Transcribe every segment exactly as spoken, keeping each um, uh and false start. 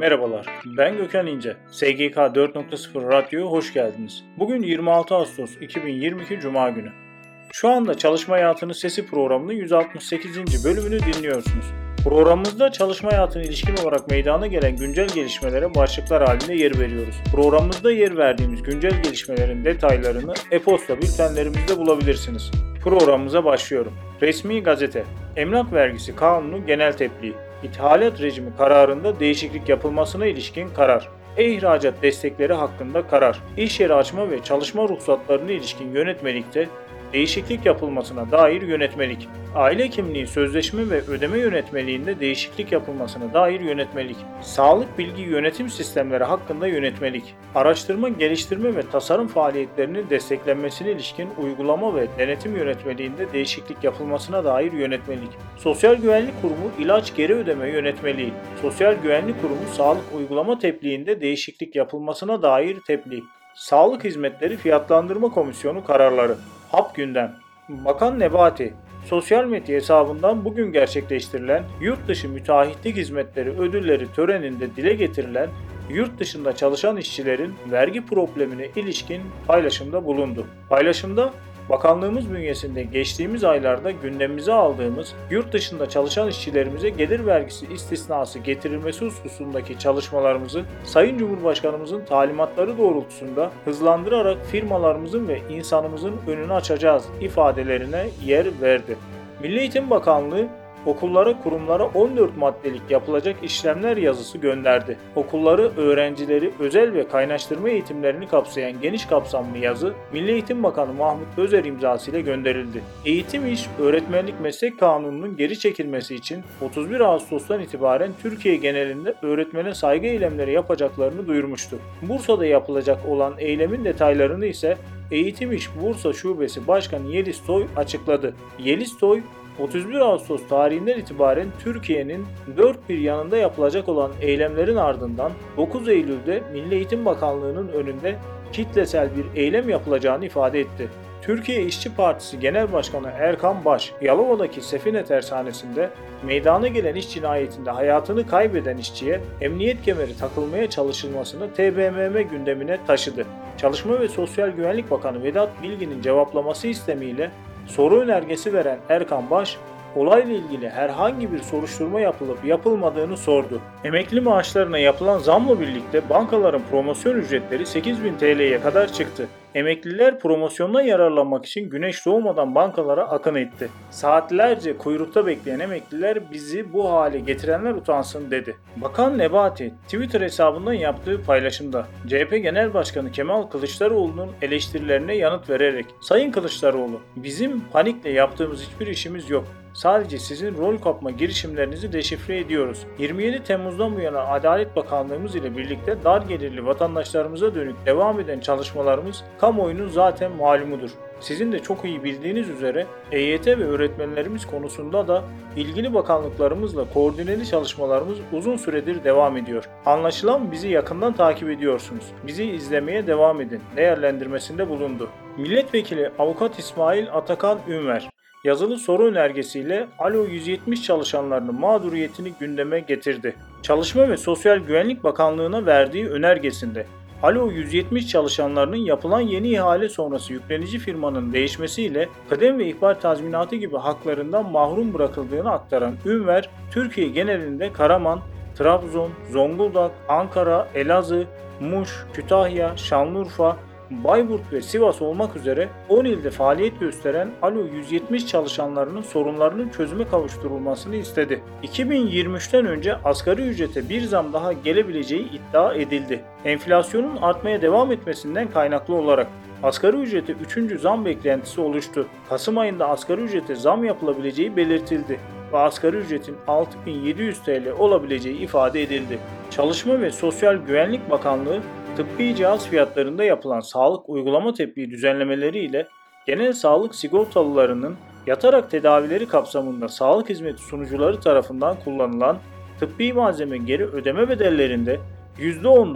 Merhabalar, ben Gökhan İnce. S G K dört nokta sıfır Radyo'ya hoş geldiniz. Bugün yirmi altı Ağustos iki bin yirmi iki Cuma günü. Şu anda Çalışma Hayatının Sesi programının yüz altmış sekizinci bölümünü dinliyorsunuz. Programımızda çalışma hayatına ilişkin olarak meydana gelen güncel gelişmelere başlıklar halinde yer veriyoruz. Programımızda yer verdiğimiz güncel gelişmelerin detaylarını e-posta bültenlerimizde bulabilirsiniz. Programımıza başlıyorum. Resmi gazete, Emlak Vergisi Kanunu genel tebliğ, İthalat rejimi kararında değişiklik yapılmasına ilişkin karar, e-ihracat destekleri hakkında karar, iş yeri açma ve çalışma ruhsatlarına ilişkin yönetmelikte değişiklik yapılmasına dair yönetmelik, aile hekimliği sözleşme ve ödeme yönetmeliğinde değişiklik yapılmasına dair yönetmelik, sağlık bilgi yönetim sistemleri hakkında yönetmelik, araştırma, geliştirme ve tasarım faaliyetlerinin desteklenmesine ilişkin uygulama ve denetim yönetmeliğinde değişiklik yapılmasına dair yönetmelik, Sosyal Güvenlik Kurumu ilaç geri ödeme yönetmeliği, Sosyal Güvenlik Kurumu sağlık uygulama tebliğinde değişiklik yapılmasına dair tebliğ, Sağlık Hizmetleri Fiyatlandırma Komisyonu kararları. Hap gündem. Bakan Nebati, sosyal medya hesabından bugün gerçekleştirilen yurt dışı müteahhitlik hizmetleri ödülleri töreninde dile getirilen yurt dışında çalışan işçilerin vergi problemine ilişkin paylaşımda bulundu. Paylaşımda, bakanlığımız bünyesinde geçtiğimiz aylarda gündemimize aldığımız yurt dışında çalışan işçilerimize gelir vergisi istisnası getirilmesi hususundaki çalışmalarımızı Sayın Cumhurbaşkanımızın talimatları doğrultusunda hızlandırarak firmalarımızın ve insanımızın önünü açacağız ifadelerine yer verdi. Milli Eğitim Bakanlığı okullara, kurumlara on dört maddelik yapılacak işlemler yazısı gönderdi. Okulları, öğrencileri, özel ve kaynaştırma eğitimlerini kapsayan geniş kapsamlı yazı Milli Eğitim Bakanı Mahmut Özer imzasıyla gönderildi. Eğitim İş, Öğretmenlik Meslek Kanunu'nun geri çekilmesi için otuz bir Ağustos'tan itibaren Türkiye genelinde öğretmene saygı eylemleri yapacaklarını duyurmuştu. Bursa'da yapılacak olan eylemin detaylarını ise Eğitim İş Bursa Şubesi Başkanı Yeliz Toy açıkladı. Yeliz Toy, otuz bir Ağustos tarihinden itibaren Türkiye'nin dört bir yanında yapılacak olan eylemlerin ardından dokuz Eylül'de Milli Eğitim Bakanlığı'nın önünde kitlesel bir eylem yapılacağını ifade etti. Türkiye İşçi Partisi Genel Başkanı Erkan Baş, Yalova'daki Sefine Tersanesi'nde meydana gelen iş cinayetinde hayatını kaybeden işçiye emniyet kemeri takılmaya çalışılmasını T B M M gündemine taşıdı. Çalışma ve Sosyal Güvenlik Bakanı Vedat Bilgin'in cevaplaması istemiyle soru önergesi veren Erkan Baş, olayla ilgili herhangi bir soruşturma yapılıp yapılmadığını sordu. Emekli maaşlarına yapılan zamla birlikte bankaların promosyon ücretleri sekiz bin T L'ye kadar çıktı. Emekliler promosyondan yararlanmak için güneş doğmadan bankalara akın etti. Saatlerce kuyrukta bekleyen emekliler bizi bu hale getirenler utansın dedi. Bakan Nebati Twitter hesabından yaptığı paylaşımda C H P Genel Başkanı Kemal Kılıçdaroğlu'nun eleştirilerine yanıt vererek "Sayın Kılıçdaroğlu, bizim panikle yaptığımız hiçbir işimiz yok. Sadece sizin rol kapma girişimlerinizi deşifre ediyoruz. yirmi yedi Temmuz'dan bu yana Adalet Bakanlığımız ile birlikte dar gelirli vatandaşlarımıza dönük devam eden çalışmalarımız kamuoyunun zaten malumudur. Sizin de çok iyi bildiğiniz üzere E Y T ve öğretmenlerimiz konusunda da ilgili bakanlıklarımızla koordineli çalışmalarımız uzun süredir devam ediyor. Anlaşılan bizi yakından takip ediyorsunuz. Bizi izlemeye devam edin" değerlendirmesinde bulundu. Milletvekili Avukat İsmail Atakan Ünver yazılı soru önergesiyle Alo yüz yetmiş çalışanlarının mağduriyetini gündeme getirdi. Çalışma ve Sosyal Güvenlik Bakanlığı'na verdiği önergesinde Alo yüz yetmiş çalışanlarının yapılan yeni ihale sonrası yüklenici firmanın değişmesiyle kıdem ve ihbar tazminatı gibi haklarından mahrum bırakıldığını aktaran Ünver, Türkiye genelinde Karaman, Trabzon, Zonguldak, Ankara, Elazığ, Muş, Kütahya, Şanlıurfa, Bayburt ve Sivas olmak üzere on ilde faaliyet gösteren Alo yüz yetmiş çalışanlarının sorunlarının çözüme kavuşturulmasını istedi. iki bin yirmi üçten önce asgari ücrete bir zam daha gelebileceği iddia edildi. Enflasyonun artmaya devam etmesinden kaynaklı olarak asgari ücrete üçüncü zam beklentisi oluştu. Kasım ayında asgari ücrete zam yapılabileceği belirtildi ve asgari ücretin altı bin yedi yüz T L olabileceği ifade edildi. Çalışma ve Sosyal Güvenlik Bakanlığı, tıbbi cihaz fiyatlarında yapılan sağlık uygulama tebliği düzenlemeleri ile genel sağlık sigortalılarının yatarak tedavileri kapsamında sağlık hizmeti sunucuları tarafından kullanılan tıbbi malzeme geri ödeme bedellerinde yüzde ondan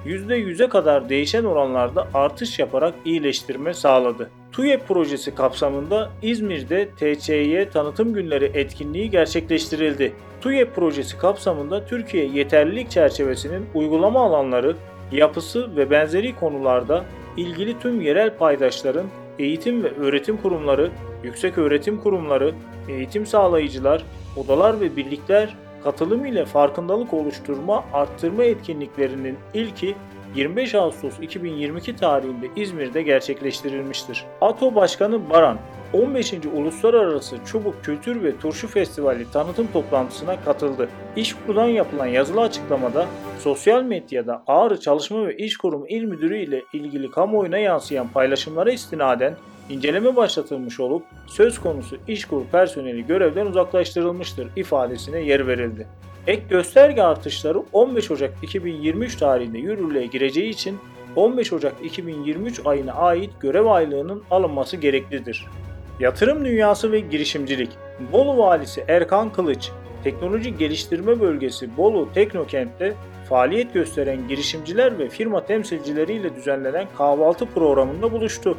yüzde yüze kadar değişen oranlarda artış yaparak iyileştirme sağladı. TÜYEP projesi kapsamında İzmir'de T Ç Y tanıtım günleri etkinliği gerçekleştirildi. TÜYEP projesi kapsamında Türkiye yeterlilik çerçevesinin uygulama alanları, yapısı ve benzeri konularda ilgili tüm yerel paydaşların, eğitim ve öğretim kurumları, yükseköğretim kurumları, eğitim sağlayıcılar, odalar ve birlikler katılım ile farkındalık oluşturma, arttırma etkinliklerinin ilki yirmi beş Ağustos iki bin yirmi iki tarihinde İzmir'de gerçekleştirilmiştir. A T O Başkanı Baran, on beşinci Uluslararası Çubuk Kültür ve Turşu Festivali tanıtım toplantısına katıldı. İşkur'dan yapılan yazılı açıklamada sosyal medyada Ağrı Çalışma ve İş Kurumu İl Müdürü ile ilgili kamuoyuna yansıyan paylaşımlara istinaden inceleme başlatılmış olup söz konusu İşkur personeli görevden uzaklaştırılmıştır ifadesine yer verildi. Ek gösterge artışları on beş Ocak iki bin yirmi üç tarihinde yürürlüğe gireceği için on beş Ocak iki bin yirmi üç ayına ait görev aylığının alınması gereklidir. Yatırım dünyası ve girişimcilik. Bolu Valisi Erkan Kılıç, Teknoloji Geliştirme Bölgesi Bolu Teknokent'te faaliyet gösteren girişimciler ve firma temsilcileriyle düzenlenen kahvaltı programında buluştu.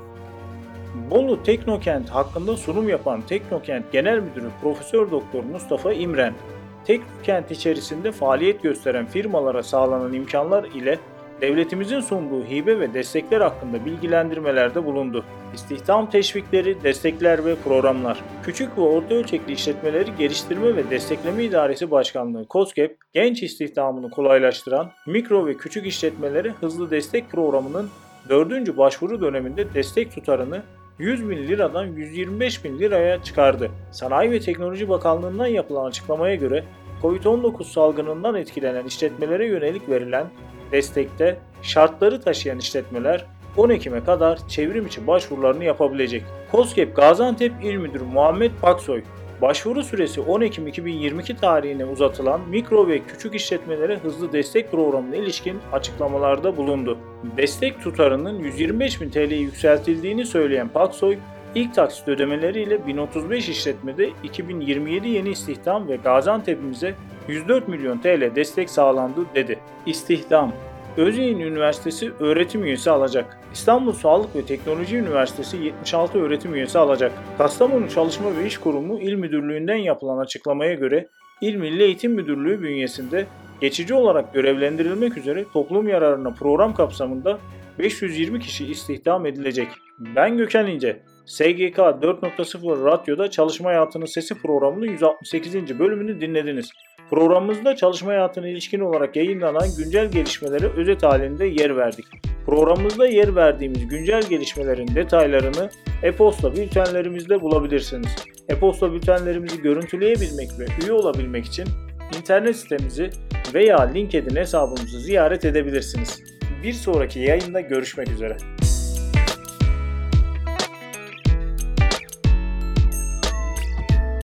Bolu Teknokent hakkında sunum yapan Teknokent Genel Müdürü Profesör Doktor Mustafa İmren, Teknokent içerisinde faaliyet gösteren firmalara sağlanan imkanlar ile devletimizin sunduğu hibe ve destekler hakkında bilgilendirmelerde bulundu. İstihdam teşvikleri, destekler ve programlar. Küçük ve orta ölçekli işletmeleri geliştirme ve destekleme İdaresi Başkanlığı KOSGEB, genç istihdamını kolaylaştıran mikro ve küçük işletmelere hızlı destek programının dördüncü başvuru döneminde destek tutarını yüz bin liradan yüz yirmi beş bin liraya çıkardı. Sanayi ve Teknoloji Bakanlığı'ndan yapılan açıklamaya göre kovid on dokuz salgınından etkilenen işletmelere yönelik verilen destekte şartları taşıyan işletmeler on Ekim'e kadar çevrim içi başvurularını yapabilecek. KOSGEB Gaziantep İl Müdürü Muhammed Paksoy, başvuru süresi on Ekim iki bin yirmi iki tarihine uzatılan mikro ve küçük işletmelere hızlı destek programına ilişkin açıklamalarda bulundu. Destek tutarının yüz yirmi beş bin T L'ye yükseltildiğini söyleyen Paksoy, ilk taksit ödemeleriyle bin otuz beş işletmede iki bin yirmi yedi yeni istihdam ve Gaziantep'imize yüz dört milyon T L destek sağlandı dedi. İstihdam. Özyeğin Üniversitesi öğretim üyesi alacak. İstanbul Sağlık ve Teknoloji Üniversitesi yetmiş altı öğretim üyesi alacak. Kastamonu Çalışma ve İş Kurumu İl Müdürlüğü'nden yapılan açıklamaya göre İl Milli Eğitim Müdürlüğü bünyesinde geçici olarak görevlendirilmek üzere toplum yararına program kapsamında beş yüz yirmi kişi istihdam edilecek. Ben Gökhan İnce. S G K dört nokta sıfır Radyo'da Çalışma Hayatının Sesi programının yüz altmış sekizinci bölümünü dinlediniz. Programımızda çalışma hayatına ilişkin olarak yayınlanan güncel gelişmelere özet halinde yer verdik. Programımızda yer verdiğimiz güncel gelişmelerin detaylarını e-posta bültenlerimizde bulabilirsiniz. E-posta bültenlerimizi görüntüleyebilmek ve üye olabilmek için internet sitemizi veya LinkedIn hesabımızı ziyaret edebilirsiniz. Bir sonraki yayında görüşmek üzere.